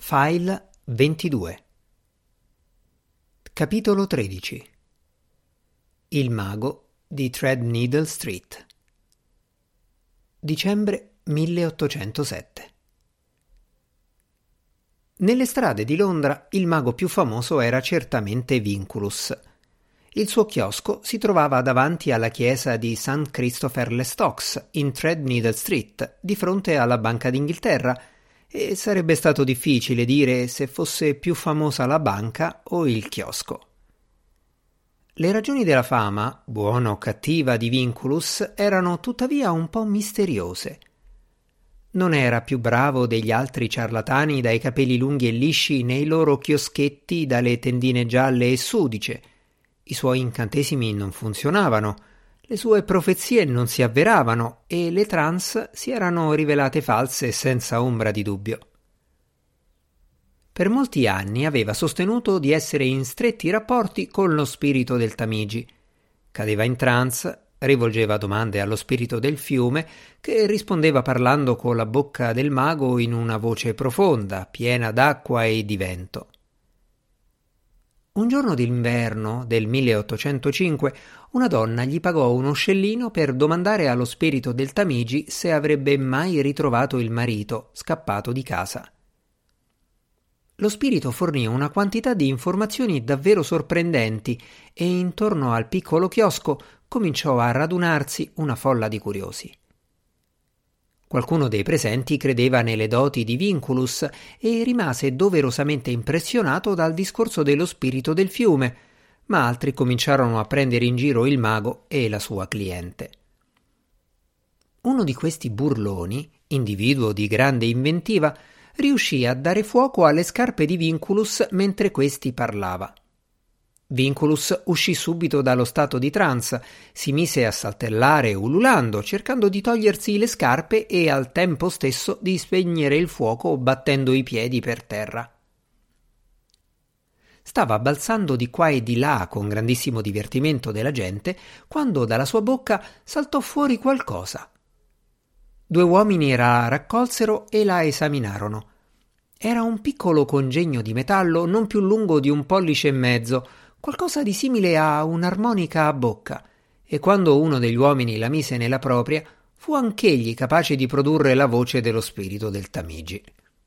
File 22. Capitolo 13. Il mago di Threadneedle Street. Dicembre 1807. Nelle strade di Londra il mago più famoso era certamente Vinculus. Il suo chiosco si trovava davanti alla chiesa di St. Christopher le Stocks in Threadneedle Street, di fronte alla Banca d'Inghilterra, e sarebbe stato difficile dire se fosse più famosa la banca o il chiosco. Le ragioni della fama, buona o cattiva, di Vinculus erano tuttavia un po' misteriose. Non era più bravo degli altri ciarlatani dai capelli lunghi e lisci nei loro chioschetti dalle tendine gialle e sudice. I suoi incantesimi non funzionavano, le sue profezie non si avveravano e le trance si erano rivelate false senza ombra di dubbio. Per molti anni aveva sostenuto di essere in stretti rapporti con lo spirito del Tamigi. Cadeva in trance, rivolgeva domande allo spirito del fiume, che rispondeva parlando con la bocca del mago in una voce profonda, piena d'acqua e di vento. Un giorno d'inverno del 1805 una donna gli pagò uno scellino per domandare allo spirito del Tamigi se avrebbe mai ritrovato il marito scappato di casa. Lo spirito fornì una quantità di informazioni davvero sorprendenti e intorno al piccolo chiosco cominciò a radunarsi una folla di curiosi. Qualcuno dei presenti credeva nelle doti di Vinculus e rimase doverosamente impressionato dal discorso dello spirito del fiume, ma altri cominciarono a prendere in giro il mago e la sua cliente. Uno di questi burloni, individuo di grande inventiva, riuscì a dare fuoco alle scarpe di Vinculus mentre questi parlava. Vinculus uscì subito dallo stato di trance, si mise a saltellare ululando, cercando di togliersi le scarpe e al tempo stesso di spegnere il fuoco battendo i piedi per terra. Stava balzando di qua e di là con grandissimo divertimento della gente quando dalla sua bocca saltò fuori qualcosa. Due uomini la raccolsero e la esaminarono. Era un piccolo congegno di metallo non più lungo di 1,5 pollici, qualcosa di simile a un'armonica a bocca, e quando uno degli uomini la mise nella propria, fu anch'egli capace di produrre la voce dello spirito del Tamigi.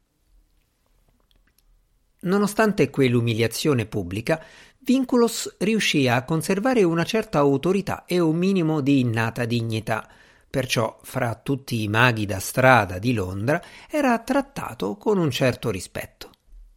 Nonostante quell'umiliazione pubblica, Vinculus riuscì a conservare una certa autorità e un minimo di innata dignità, perciò fra tutti i maghi da strada di Londra era trattato con un certo rispetto.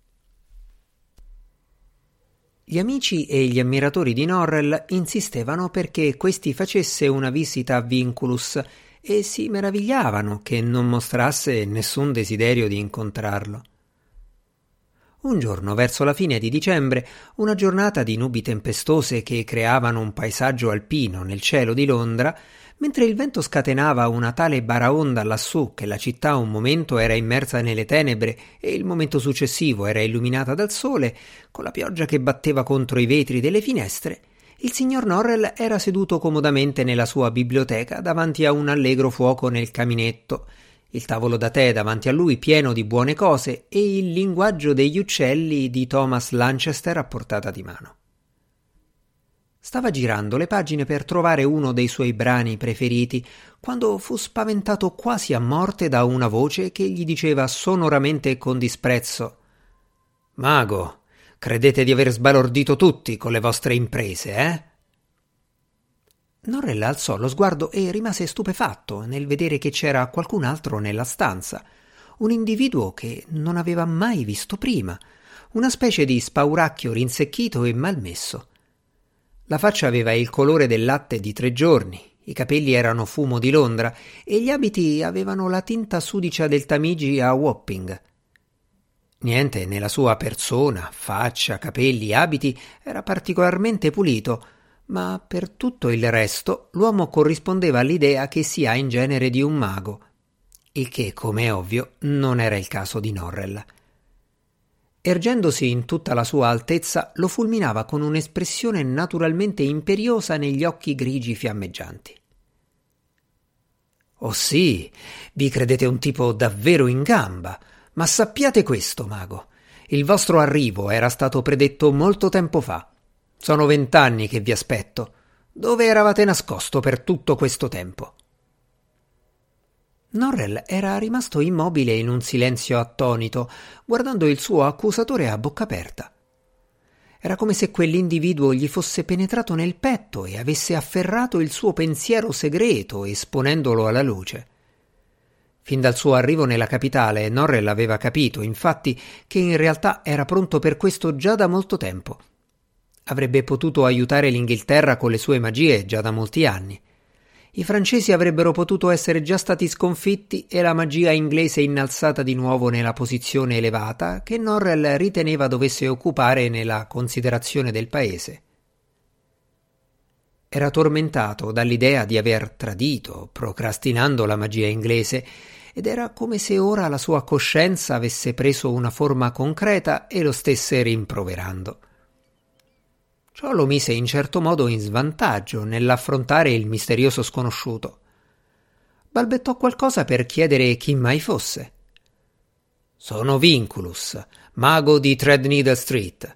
Gli amici e gli ammiratori di Norrell insistevano perché questi facesse una visita a Vinculus e si meravigliavano che non mostrasse nessun desiderio di incontrarlo. Un giorno, verso la fine di dicembre, una giornata di nubi tempestose che creavano un paesaggio alpino nel cielo di Londra, mentre il vento scatenava una tale baraonda lassù che la città un momento era immersa nelle tenebre e il momento successivo era illuminata dal sole, con la pioggia che batteva contro i vetri delle finestre, il signor Norrell era seduto comodamente nella sua biblioteca davanti a un allegro fuoco nel caminetto, il tavolo da tè davanti a lui pieno di buone cose e il linguaggio degli uccelli di Thomas Lanchester a portata di mano. Stava girando le pagine per trovare uno dei suoi brani preferiti, quando fu spaventato quasi a morte da una voce che gli diceva sonoramente e con disprezzo: «Mago, credete di aver sbalordito tutti con le vostre imprese, eh?» Norrell alzò lo sguardo e rimase stupefatto nel vedere che c'era qualcun altro nella stanza, un individuo che non aveva mai visto prima, una specie di spauracchio rinsecchito e malmesso. La faccia aveva il colore del latte di 3 giorni, i capelli erano fumo di Londra e gli abiti avevano la tinta sudicia del Tamigi a Wapping. Niente nella sua persona, faccia, capelli, abiti era particolarmente pulito, ma per tutto il resto l'uomo corrispondeva all'idea che si ha in genere di un mago, il che, come è ovvio, non era il caso di Norrell. Ergendosi in tutta la sua altezza, lo fulminava con un'espressione naturalmente imperiosa negli occhi grigi fiammeggianti. «Oh sì, vi credete un tipo davvero in gamba, ma sappiate questo, mago, Il vostro arrivo era stato predetto molto tempo fa. Sono 20 anni che vi aspetto. Dove eravate nascosto per tutto questo tempo?» Norrell era rimasto immobile in un silenzio attonito, guardando il suo accusatore a bocca aperta. Era come se quell'individuo gli fosse penetrato nel petto e avesse afferrato il suo pensiero segreto, esponendolo alla luce. Fin dal suo arrivo nella capitale, Norrell aveva capito, infatti, che in realtà era pronto per questo già da molto tempo. Avrebbe potuto aiutare l'Inghilterra con le sue magie già da molti anni. I francesi avrebbero potuto essere già stati sconfitti e la magia inglese innalzata di nuovo nella posizione elevata che Norrell riteneva dovesse occupare nella considerazione del paese. Era tormentato dall'idea di aver tradito, procrastinando la magia inglese, ed era come se ora la sua coscienza avesse preso una forma concreta e lo stesse rimproverando. Ciò lo mise in certo modo in svantaggio nell'affrontare il misterioso sconosciuto. Balbettò qualcosa per chiedere chi mai fosse. «Sono Vinculus, mago di Threadneedle Street».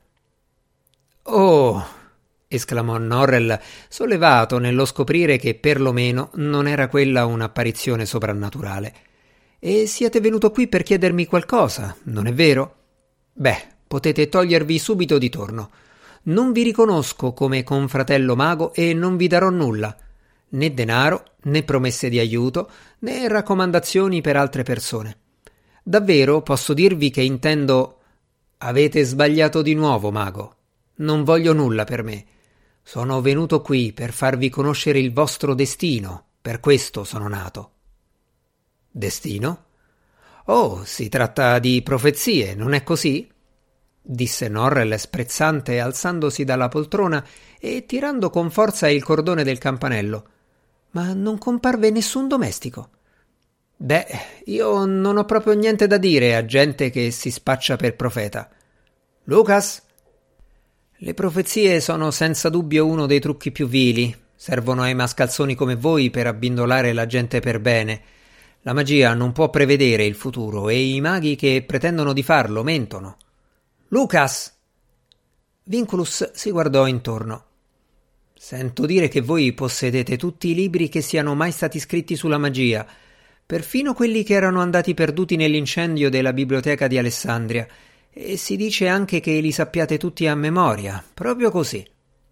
«Oh!» esclamò Norrell, sollevato nello scoprire che perlomeno non era quella un'apparizione soprannaturale. «E siete venuto qui per chiedermi qualcosa, non è vero? Beh, potete togliervi subito di torno. Non vi riconosco come confratello mago e non vi darò nulla, né denaro, né promesse di aiuto, né raccomandazioni per altre persone. Davvero posso dirvi che intendo... Avete sbagliato di nuovo, mago. Non voglio nulla per me. Sono venuto qui per farvi conoscere il vostro destino, per questo sono nato». «Destino? Oh, si tratta di profezie, non è così?» disse Norrell sprezzante, alzandosi dalla poltrona e tirando con forza il cordone del campanello. Ma non comparve nessun domestico. «Beh, io non ho proprio niente da dire a gente che si spaccia per profeta. Lucas?» «Le profezie sono senza dubbio uno dei trucchi più vili. Servono ai mascalzoni come voi per abbindolare la gente per bene. La magia non può prevedere il futuro e i maghi che pretendono di farlo mentono. Lucas!» Vinculus si guardò intorno. «Sento dire che voi possedete tutti i libri che siano mai stati scritti sulla magia, perfino quelli che erano andati perduti nell'incendio della biblioteca di Alessandria, e si dice anche che li sappiate tutti a memoria, proprio così».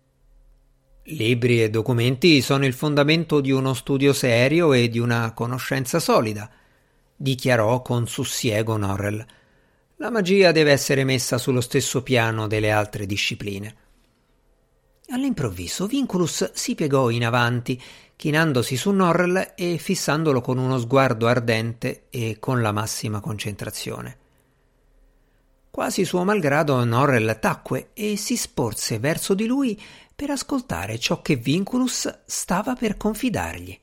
«Libri e documenti sono il fondamento di uno studio serio e di una conoscenza solida», dichiarò con sussiego Norrell. «La magia deve essere messa sullo stesso piano delle altre discipline». All'improvviso Vinculus si piegò in avanti, chinandosi su Norrell e fissandolo con uno sguardo ardente e con la massima concentrazione. Quasi suo malgrado Norrell tacque e si sporse verso di lui per ascoltare ciò che Vinculus stava per confidargli.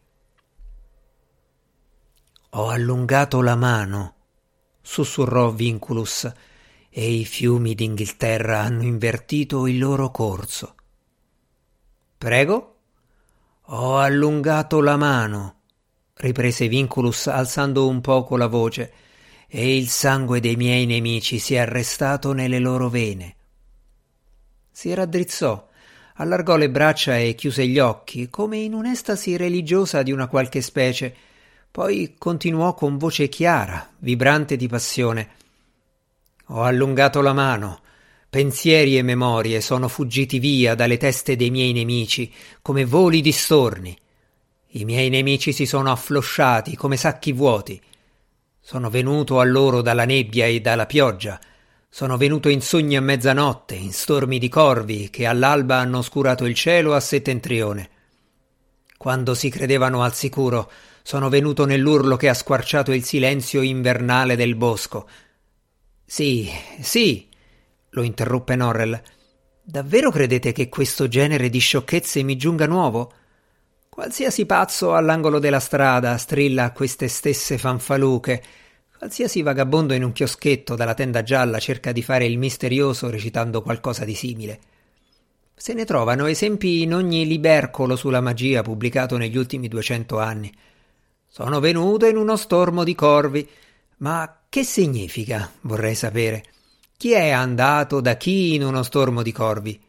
«Ho allungato la mano», sussurrò Vinculus, «e i fiumi d'Inghilterra hanno invertito il loro corso». «Prego?» «Ho allungato la mano», riprese Vinculus alzando un poco la voce, «e il sangue dei miei nemici si è arrestato nelle loro vene». Si raddrizzò, allargò le braccia e chiuse gli occhi, come in un'estasi religiosa di una qualche specie. Poi continuò con voce chiara, vibrante di passione. «Ho allungato la mano. Pensieri e memorie sono fuggiti via dalle teste dei miei nemici come voli di storni. I miei nemici si sono afflosciati come sacchi vuoti. Sono venuto a loro dalla nebbia e dalla pioggia. Sono venuto in sogni a mezzanotte, in stormi di corvi che all'alba hanno oscurato il cielo a settentrione. Quando si credevano al sicuro, sono venuto nell'urlo che ha squarciato il silenzio invernale del bosco». «Sì, sì», lo interruppe Norrell. «Davvero credete che questo genere di sciocchezze mi giunga nuovo? Qualsiasi pazzo all'angolo della strada strilla queste stesse fanfaluche. Qualsiasi vagabondo in un chioschetto dalla tenda gialla cerca di fare il misterioso recitando qualcosa di simile. Se ne trovano esempi in ogni libercolo sulla magia pubblicato negli ultimi 200 anni. Sono venuto in uno stormo di corvi. Ma che significa, vorrei sapere? Chi è andato da chi in uno stormo di corvi?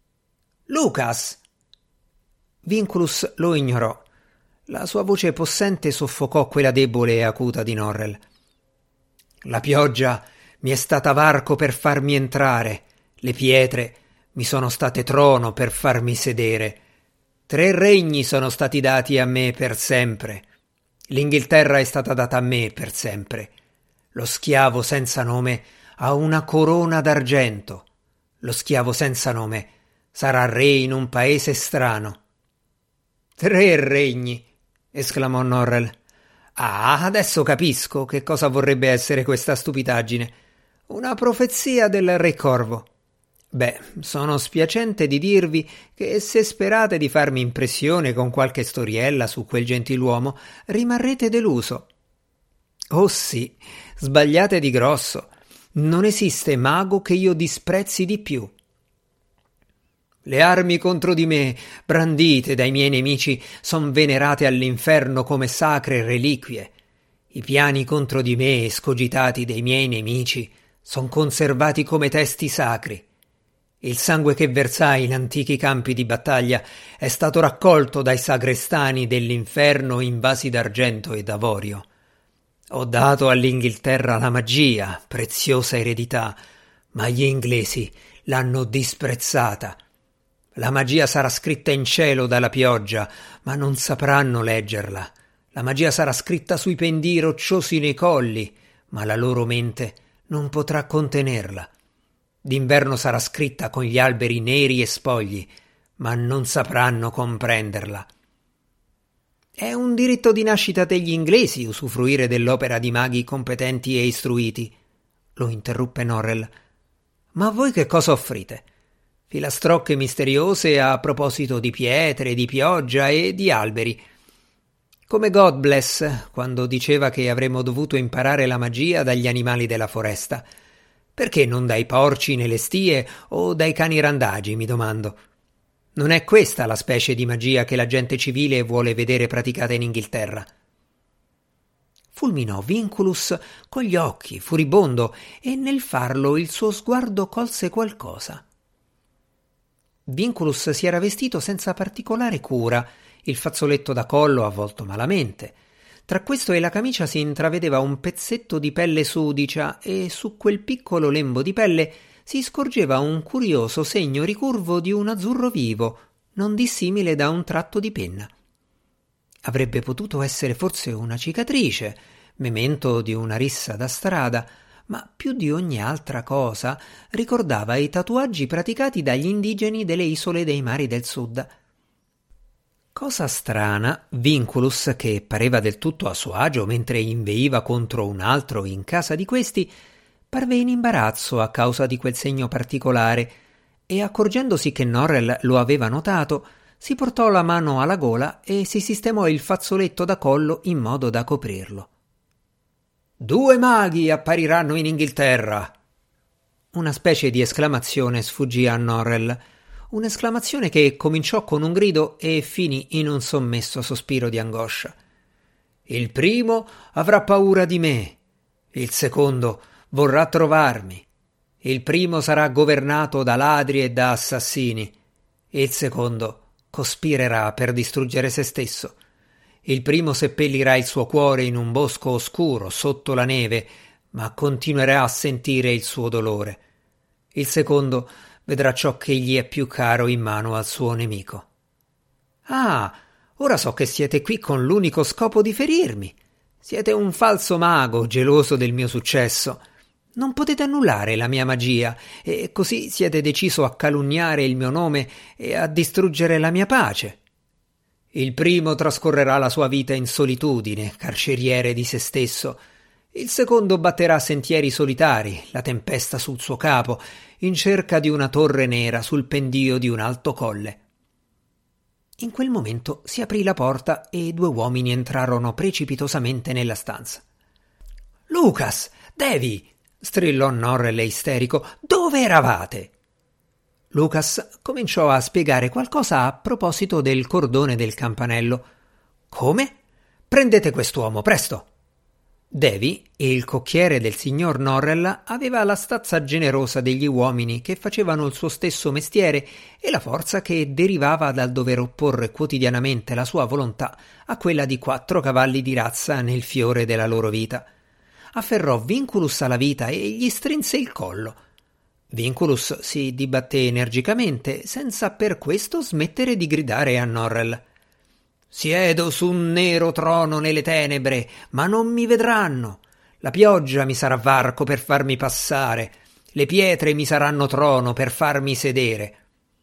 Lucas! Vinculus lo ignorò. La sua voce possente soffocò quella debole e acuta di Norrell. La pioggia mi è stata varco per farmi entrare, le pietre mi sono state trono per farmi sedere. 3 regni sono stati dati a me per sempre. L'Inghilterra è stata data a me per sempre. Lo schiavo senza nome ha una corona d'argento. Lo schiavo senza nome sarà re in un paese strano. 3 regni! Esclamò Norrell. Ah, adesso capisco che cosa vorrebbe essere questa stupidaggine. Una profezia del Re Corvo. Beh, sono spiacente di dirvi che se sperate di farmi impressione con qualche storiella su quel gentiluomo, rimarrete deluso. Oh sì, sbagliate di grosso. Non esiste mago che io disprezzi di più. Le armi contro di me, brandite dai miei nemici, son venerate all'inferno come sacre reliquie. I piani contro di me, escogitati dai miei nemici, son conservati come testi sacri. Il sangue che versai in antichi campi di battaglia è stato raccolto dai sagrestani dell'inferno in vasi d'argento e d'avorio. Ho dato all'Inghilterra la magia, preziosa eredità, ma gli inglesi l'hanno disprezzata. La magia sarà scritta in cielo dalla pioggia, ma non sapranno leggerla. La magia sarà scritta sui pendii rocciosi nei colli, ma la loro mente non potrà contenerla. D'inverno sarà scritta con gli alberi neri e spogli, ma non sapranno comprenderla. È un diritto di nascita degli inglesi usufruire dell'opera di maghi competenti e istruiti, lo interruppe Norrell. Ma voi che cosa offrite? Filastrocche misteriose a proposito di pietre, di pioggia e di alberi. Come God Bless, quando diceva che avremmo dovuto imparare la magia dagli animali della foresta. Perché non dai porci nelle stie o dai cani randagi, mi domando. Non è questa la specie di magia che la gente civile vuole vedere praticata in Inghilterra? Fulminò Vinculus con gli occhi, furibondo, e nel farlo il suo sguardo colse qualcosa. Vinculus si era vestito senza particolare cura, il fazzoletto da collo avvolto malamente. Tra questo e la camicia si intravedeva un pezzetto di pelle sudicia e su quel piccolo lembo di pelle si scorgeva un curioso segno ricurvo di un azzurro vivo, non dissimile da un tratto di penna. Avrebbe potuto essere forse una cicatrice, memento di una rissa da strada, ma più di ogni altra cosa ricordava i tatuaggi praticati dagli indigeni delle isole dei mari del sud. Cosa strana, Vinculus, che pareva del tutto a suo agio mentre inveiva contro un altro in casa di questi, parve in imbarazzo a causa di quel segno particolare e, accorgendosi che Norrell lo aveva notato, si portò la mano alla gola e si sistemò il fazzoletto da collo in modo da coprirlo. 2 maghi appariranno in Inghilterra! Una specie di esclamazione sfuggì a Norrell, un'esclamazione che cominciò con un grido e finì in un sommesso sospiro di angoscia. Il primo avrà paura di me, il secondo vorrà trovarmi, il primo sarà governato da ladri e da assassini, il secondo cospirerà per distruggere se stesso. Il primo seppellirà il suo cuore in un bosco oscuro sotto la neve, ma continuerà a sentire il suo dolore. Il secondo vedrà ciò che gli è più caro in mano al suo nemico. Ah, ora so che siete qui con l'unico scopo di ferirmi. Siete un falso mago, geloso del mio successo. Non potete annullare la mia magia, e così siete deciso a calunniare il mio nome e a distruggere la mia pace. Il primo trascorrerà la sua vita in solitudine, carceriere di se stesso. Il secondo batterà sentieri solitari, la tempesta sul suo capo, in cerca di una torre nera sul pendio di un alto colle. In quel momento si aprì la porta e 2 uomini entrarono precipitosamente nella stanza. «Lucas! Davy!» strillò Norrell isterico. «Dove eravate?» Lucas cominciò a spiegare qualcosa a proposito del cordone del campanello. «Come? Prendete quest'uomo, presto!» Davy, il cocchiere del signor Norrell, aveva la stazza generosa degli uomini che facevano il suo stesso mestiere e la forza che derivava dal dover opporre quotidianamente la sua volontà a quella di 4 cavalli di razza nel fiore della loro vita. Afferrò Vinculus alla vita e gli strinse il collo. Vinculus si dibatté energicamente, senza per questo smettere di gridare a Norrell: «Siedo su un nero trono nelle tenebre, ma non mi vedranno. La pioggia mi sarà varco per farmi passare, le pietre mi saranno trono per farmi sedere».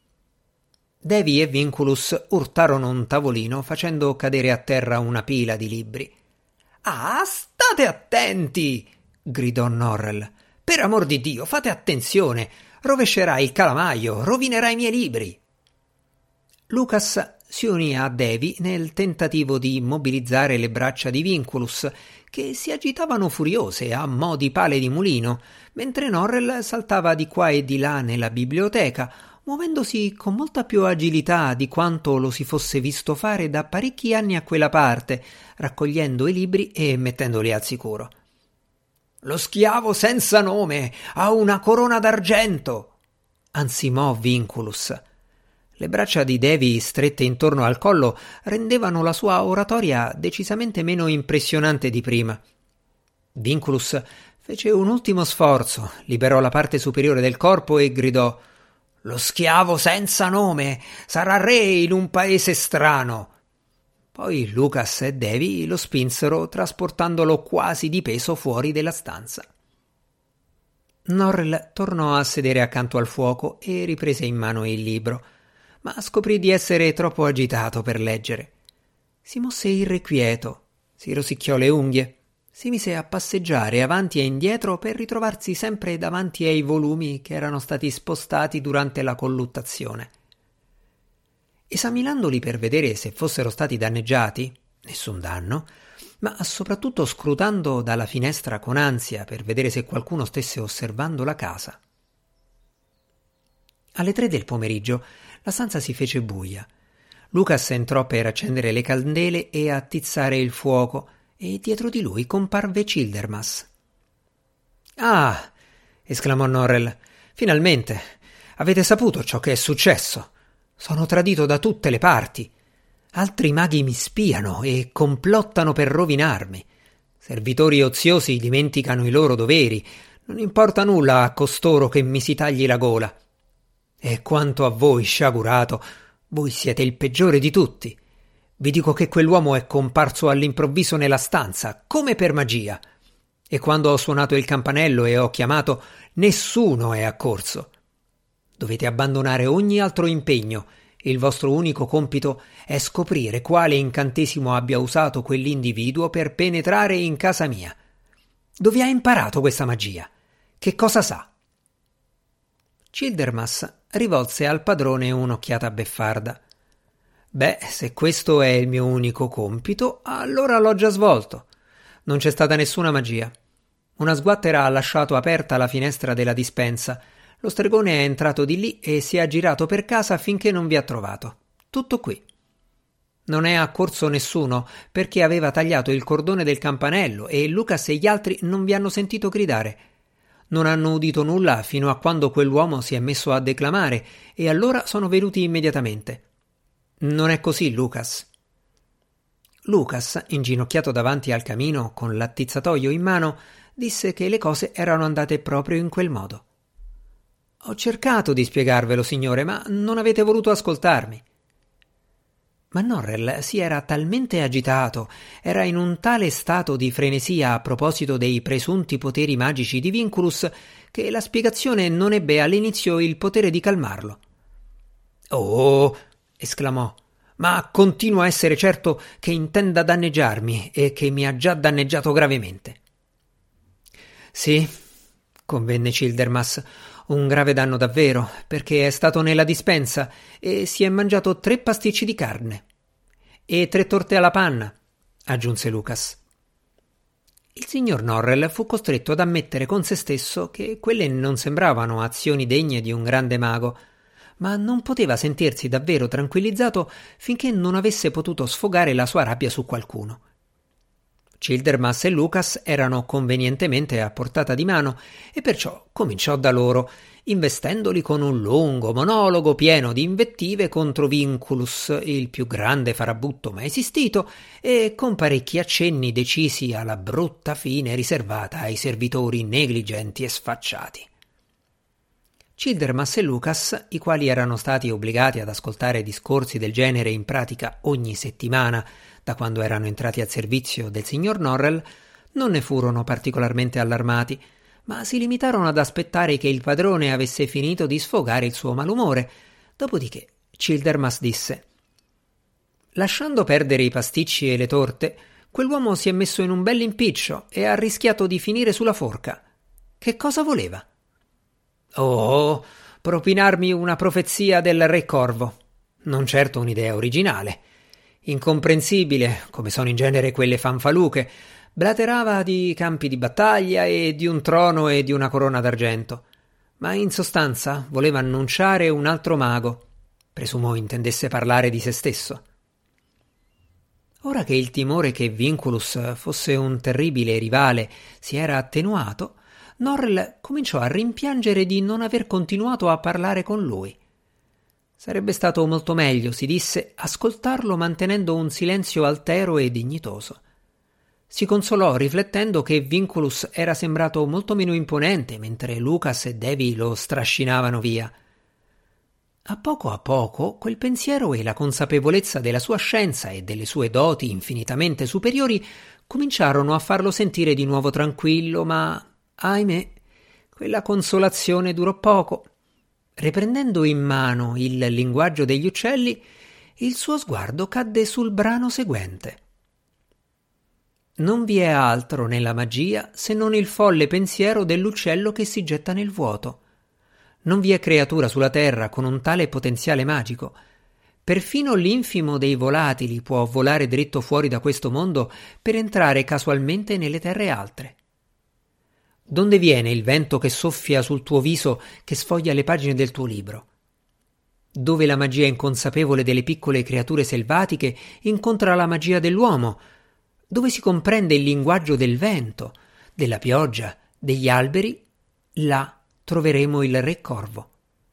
Davy e Vinculus urtarono un tavolino facendo cadere a terra una pila di libri. «Ah, state attenti!» gridò Norrell. «Per amor di Dio, fate attenzione! Rovescerai il calamaio, rovinerai i miei libri!» Lucas si unì a Davy nel tentativo di mobilizzare le braccia di Vinculus, che si agitavano furiose a mo' di pale di mulino, mentre Norrell saltava di qua e di là nella biblioteca, muovendosi con molta più agilità di quanto lo si fosse visto fare da parecchi anni a quella parte, raccogliendo i libri e mettendoli al sicuro. «Lo schiavo senza nome ha una corona d'argento!» ansimò Vinculus. Le braccia di Davy strette intorno al collo rendevano la sua oratoria decisamente meno impressionante di prima. Vinculus fece un ultimo sforzo, liberò la parte superiore del corpo e gridò: «Lo schiavo senza nome sarà re in un paese strano!» Poi Lucas e Davy lo spinsero, trasportandolo quasi di peso fuori della stanza. Norrell tornò a sedere accanto al fuoco e riprese in mano il libro, ma scoprì di essere troppo agitato per leggere. Si mosse irrequieto, si rosicchiò le unghie, si mise a passeggiare avanti e indietro per ritrovarsi sempre davanti ai volumi che erano stati spostati durante la colluttazione. Esaminandoli per vedere se fossero stati danneggiati, nessun danno, ma soprattutto scrutando dalla finestra con ansia per vedere se qualcuno stesse osservando la casa. Alle 3 del pomeriggio la stanza si fece buia. Lucas entrò per accendere le candele e attizzare il fuoco, e dietro di lui comparve Childermas. «Ah!» esclamò Norrell. «Finalmente! Avete saputo ciò che è successo? Sono tradito da tutte le parti. Altri maghi mi spiano e complottano per rovinarmi. Servitori oziosi dimenticano i loro doveri. Non importa nulla a costoro che mi si tagli la gola. E quanto a voi, sciagurato, voi siete il peggiore di tutti. Vi dico che quell'uomo è comparso all'improvviso nella stanza, come per magia. E quando ho suonato il campanello e ho chiamato, nessuno è accorso. Dovete abbandonare ogni altro impegno. Il vostro unico compito è scoprire quale incantesimo abbia usato quell'individuo per penetrare in casa mia. Dove ha imparato questa magia? Che cosa sa?» Childermas rivolse al padrone un'occhiata beffarda. «Beh, se questo è il mio unico compito, allora l'ho già svolto. Non c'è stata nessuna magia. Una sguattera ha lasciato aperta la finestra della dispensa. Lo stregone è entrato di lì e si è aggirato per casa finché non vi ha trovato. Tutto qui. Non è accorso nessuno perché aveva tagliato il cordone del campanello e Lucas e gli altri non vi hanno sentito gridare. Non hanno udito nulla fino a quando quell'uomo si è messo a declamare e allora sono venuti immediatamente. Non è così, Lucas?» Lucas, inginocchiato davanti al camino con l'attizzatoio in mano, disse che le cose erano andate proprio in quel modo. «Ho cercato di spiegarvelo, signore, ma non avete voluto ascoltarmi». Ma Norrell si era talmente agitato, era in un tale stato di frenesia a proposito dei presunti poteri magici di Vinculus, che la spiegazione non ebbe all'inizio il potere di calmarlo. «Oh!» esclamò. «Ma continuo a essere certo che intenda danneggiarmi e che mi ha già danneggiato gravemente». «Sì», convenne Childermas, «un grave danno davvero, perché è stato nella dispensa e si è mangiato 3 pasticci di carne». «E 3 torte alla panna», aggiunse Lucas. Il signor Norrell fu costretto ad ammettere con se stesso che quelle non sembravano azioni degne di un grande mago, ma non poteva sentirsi davvero tranquillizzato finché non avesse potuto sfogare la sua rabbia su qualcuno. Childermas e Lucas erano convenientemente a portata di mano e perciò cominciò da loro, investendoli con un lungo monologo pieno di invettive contro Vinculus, il più grande farabutto mai esistito, e con parecchi accenni decisi alla brutta fine riservata ai servitori negligenti e sfacciati. Childermas e Lucas, i quali erano stati obbligati ad ascoltare discorsi del genere in pratica ogni settimana da quando erano entrati al servizio del signor Norrell, non ne furono particolarmente allarmati, ma si limitarono ad aspettare che il padrone avesse finito di sfogare il suo malumore. Dopodiché Childermas disse: «Lasciando perdere i pasticci e le torte, quell'uomo si è messo in un bell'impiccio e ha rischiato di finire sulla forca. Che cosa voleva?» «Oh, propinarmi una profezia del Re Corvo. Non certo un'idea originale. Incomprensibile, come sono in genere quelle fanfaluche. Blaterava di campi di battaglia e di un trono e di una corona d'argento. Ma in sostanza voleva annunciare un altro mago. Presumo intendesse parlare di se stesso». Ora che il timore che Vinculus fosse un terribile rivale si era attenuato, Norrell cominciò a rimpiangere di non aver continuato a parlare con lui. Sarebbe stato molto meglio, si disse, ascoltarlo mantenendo un silenzio altero e dignitoso. Si consolò riflettendo che Vinculus era sembrato molto meno imponente mentre Lucas e Davy lo strascinavano via. A poco quel pensiero e la consapevolezza della sua scienza e delle sue doti infinitamente superiori cominciarono a farlo sentire di nuovo tranquillo, ma ahimè, quella consolazione durò poco. Riprendendo in mano il linguaggio degli uccelli, il suo sguardo cadde sul brano seguente. Non vi è altro nella magia se non il folle pensiero dell'uccello che si getta nel vuoto. Non vi è creatura sulla terra con un tale potenziale magico. Perfino l'infimo dei volatili può volare dritto fuori da questo mondo per entrare casualmente nelle terre altre. Donde viene il vento che soffia sul tuo viso, che sfoglia le pagine del tuo libro? Dove la magia inconsapevole delle piccole creature selvatiche incontra la magia dell'uomo? Dove si comprende il linguaggio del vento, della pioggia, degli alberi? Là troveremo il Re Corvo.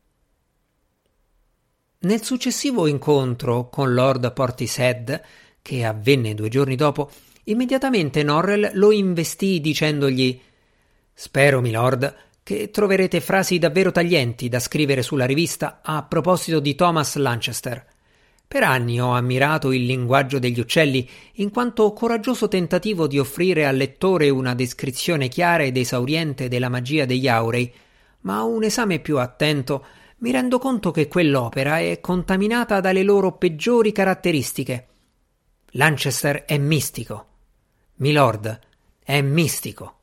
Nel successivo incontro con Lord Portishead, che avvenne 2 giorni dopo, immediatamente Norrell lo investì dicendogli: «Spero, milord, che troverete frasi davvero taglienti da scrivere sulla rivista a proposito di Thomas Lanchester. Per anni ho ammirato il linguaggio degli uccelli in quanto coraggioso tentativo di offrire al lettore una descrizione chiara ed esauriente della magia degli aurei, ma a un esame più attento mi rendo conto che quell'opera è contaminata dalle loro peggiori caratteristiche. Lanchester è mistico. Milord, è mistico».